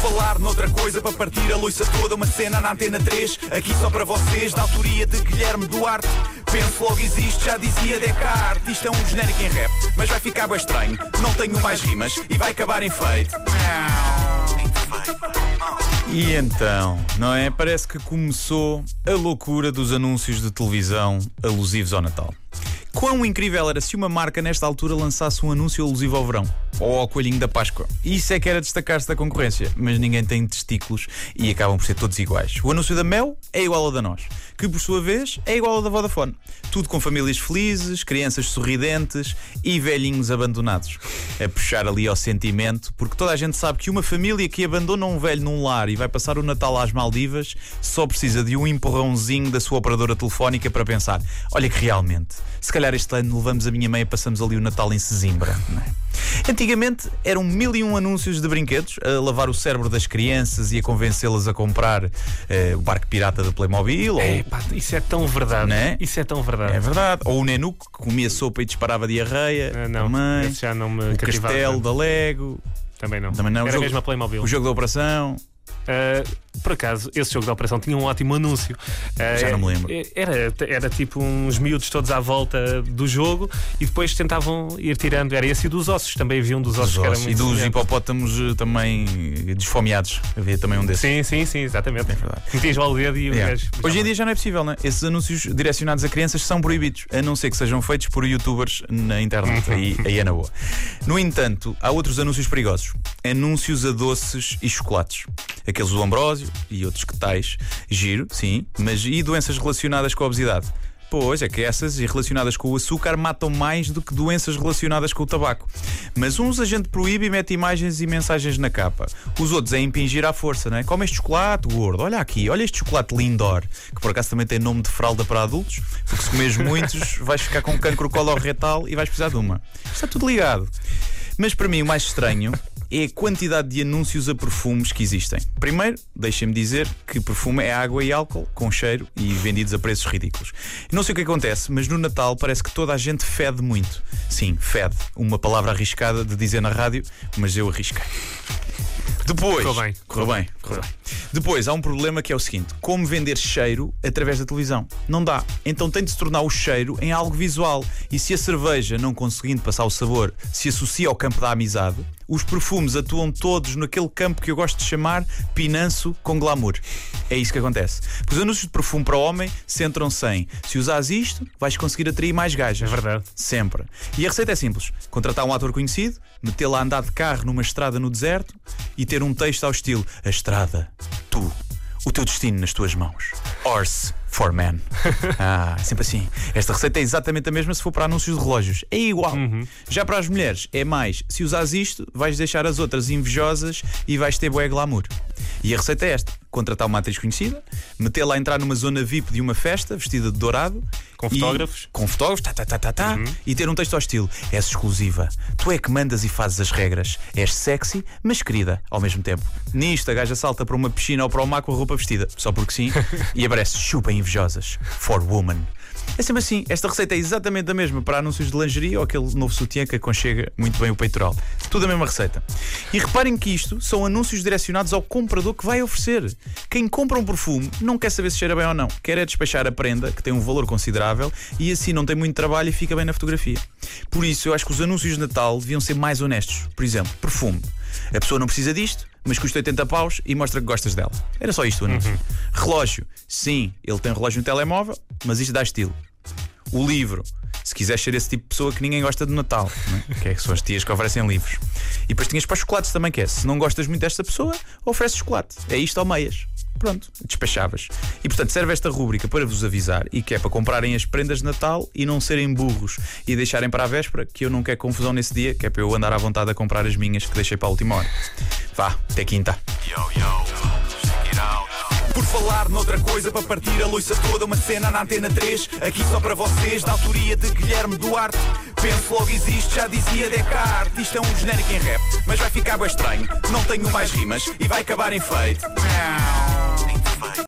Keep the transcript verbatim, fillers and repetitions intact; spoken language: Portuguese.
falar noutra coisa, para partir a loiça toda, uma cena na Antena três, aqui só para vocês, da autoria de Guilherme Duarte. Penso logo existe, já dizia Descartes. Isto é um genérico em rap, mas vai ficar bem estranho. Não tenho mais rimas e vai acabar em feito. E então, não é? Parece que começou a loucura dos anúncios de televisão alusivos ao Natal. Quão incrível era se uma marca nesta altura lançasse um anúncio alusivo ao verão ou ao coelhinho da Páscoa. Isso é que era destacar-se da concorrência, mas ninguém tem testículos e acabam por ser todos iguais. O anúncio da Mel é igual ao da Nós, que por sua vez é igual ao da Vodafone. Tudo com famílias felizes, crianças sorridentes e velhinhos abandonados. A puxar ali ao sentimento, porque toda a gente sabe que uma família que abandona um velho num lar e vai passar o Natal às Maldivas só precisa de um empurrãozinho da sua operadora telefónica para pensar: olha que realmente, se calhar este ano levamos a minha mãe e passamos ali o Natal em Sesimbra, não é? Antigamente eram mil e um anúncios de brinquedos a lavar o cérebro das crianças e a convencê-las a comprar uh, o barco pirata da Playmobil. É, ou... pá, isso é tão verdade, né? Isso é tão verdade. É verdade. Ou o Nenuco, que comia sopa e disparava diarreia. Ah, não, também. esse já não me O cativava Castelo tanto. da Lego. Também não. Também não. Era o jogo, mesmo a Playmobil. O jogo da Operação. Uh, por acaso, esse jogo da Operação tinha um ótimo anúncio. Uh, Já não me lembro. Era, era tipo uns miúdos todos à volta do jogo e depois tentavam ir tirando. Era esse e dos ossos. Também havia um dos ossos, Dos que era ossos. muito E dos semelhante. hipopótamos uh, também desfomeados. Havia também um desses. Sim, sim, sim, exatamente. É verdade. Metias lá o dedo e o Yeah. gajo. Hoje em dia já não é possível, não é? Esses anúncios direcionados a crianças são proibidos, a não ser que sejam feitos por youtubers na internet. aí, aí é na boa. No entanto, há outros anúncios perigosos. Anúncios a doces e chocolates. Aqueles do Ambrósio e outros que tais. Giro, sim, mas e doenças relacionadas com a obesidade? Pois é que essas e relacionadas com o açúcar matam mais do que doenças relacionadas com o tabaco. Mas uns a gente proíbe e mete imagens e mensagens na capa. Os outros é impingir à força, não é? Come este chocolate, gordo. Olha aqui, olha este chocolate Lindor, que por acaso também tem nome de fralda para adultos, porque se comeres muitos vais ficar com cancro coloretal e vais precisar de uma. Está tudo ligado. Mas para mim o mais estranho é a quantidade de anúncios a perfumes que existem. Primeiro, deixem-me dizer que perfume é água e álcool com cheiro e vendidos a preços ridículos. Não sei o que acontece, mas no Natal parece que toda a gente fede muito. Sim, fede. Uma palavra arriscada de dizer na rádio, mas eu arrisquei. Depois, Correu bem. Correu bem, correu bem. Depois há um problema que é o seguinte: como vender cheiro através da televisão? Não dá. Então tem de se tornar o cheiro em algo visual. E se a cerveja, não conseguindo passar o sabor, se associa ao campo da amizade, os perfumes atuam todos naquele campo que eu gosto de chamar pinanço com glamour. É isso que acontece. Os anúncios de perfume para homem centram-se em: se usares isto, vais conseguir atrair mais gajas. É verdade. Sempre. E a receita é simples: contratar um ator conhecido, metê-lo a andar de carro numa estrada no deserto e ter um texto ao estilo: a estrada, tu, o teu destino nas tuas mãos. Horse for men. Ah, sempre assim. Esta receita é exatamente a mesma se for para anúncios de relógios. É igual. Uhum. Já para as mulheres é mais: se usares isto, vais deixar as outras invejosas e vais ter bué glamour. E a receita é esta: contratar uma atriz conhecida, metê-la a entrar numa zona V I P de uma festa, vestida de dourado. Com e- fotógrafos. Com fotógrafos, tá, tá, tá, tá, tá, Uhum. e ter um texto ao estilo: és exclusiva, tu é que mandas e fazes as regras, és sexy, mas querida ao mesmo tempo. Nisto a gaja salta para uma piscina ou para o mar com a roupa vestida, só porque sim, e aparece: chupa invejosas, for woman. É sempre assim. Esta receita é exatamente a mesma para anúncios de lingerie ou aquele novo sutiã que aconchega muito bem o peitoral. Tudo a mesma receita. E reparem que isto são anúncios direcionados ao comprador que vai oferecer. Quem compra um perfume não quer saber se cheira bem ou não. Quer é despachar a prenda, que tem um valor considerável, e assim não tem muito trabalho e fica bem na fotografia. Por isso eu acho que os anúncios de Natal deviam ser mais honestos. Por exemplo, perfume. A pessoa não precisa disto, mas custa oitenta paus e mostra que gostas dela. Era só isto o anúncio. Uhum. Relógio. Sim, ele tem relógio no telemóvel, mas isto dá estilo. O livro. Se quiseres ser esse tipo de pessoa que ninguém gosta de Natal, não é? Que é que são as tias que oferecem livros. E depois tinhas para os chocolates também, que é: se não gostas muito desta pessoa, oferece chocolate. É isto ao meias. Pronto, despachavas. E portanto serve esta rúbrica para vos avisar, e que é para comprarem as prendas de Natal e não serem burros e deixarem para a véspera, que eu não quero confusão nesse dia, que é para eu andar à vontade a comprar as minhas que deixei para a última hora. Vá, até quinta. Yo, yo, check it out. Por falar noutra coisa, para partir a loiça toda, uma cena na Antena três, aqui só para vocês, da autoria de Guilherme Duarte. Penso logo existe, já dizia Descartes. Isto é um genérico em rap, mas vai ficar bem estranho. Não tenho mais rimas e vai acabar em feito.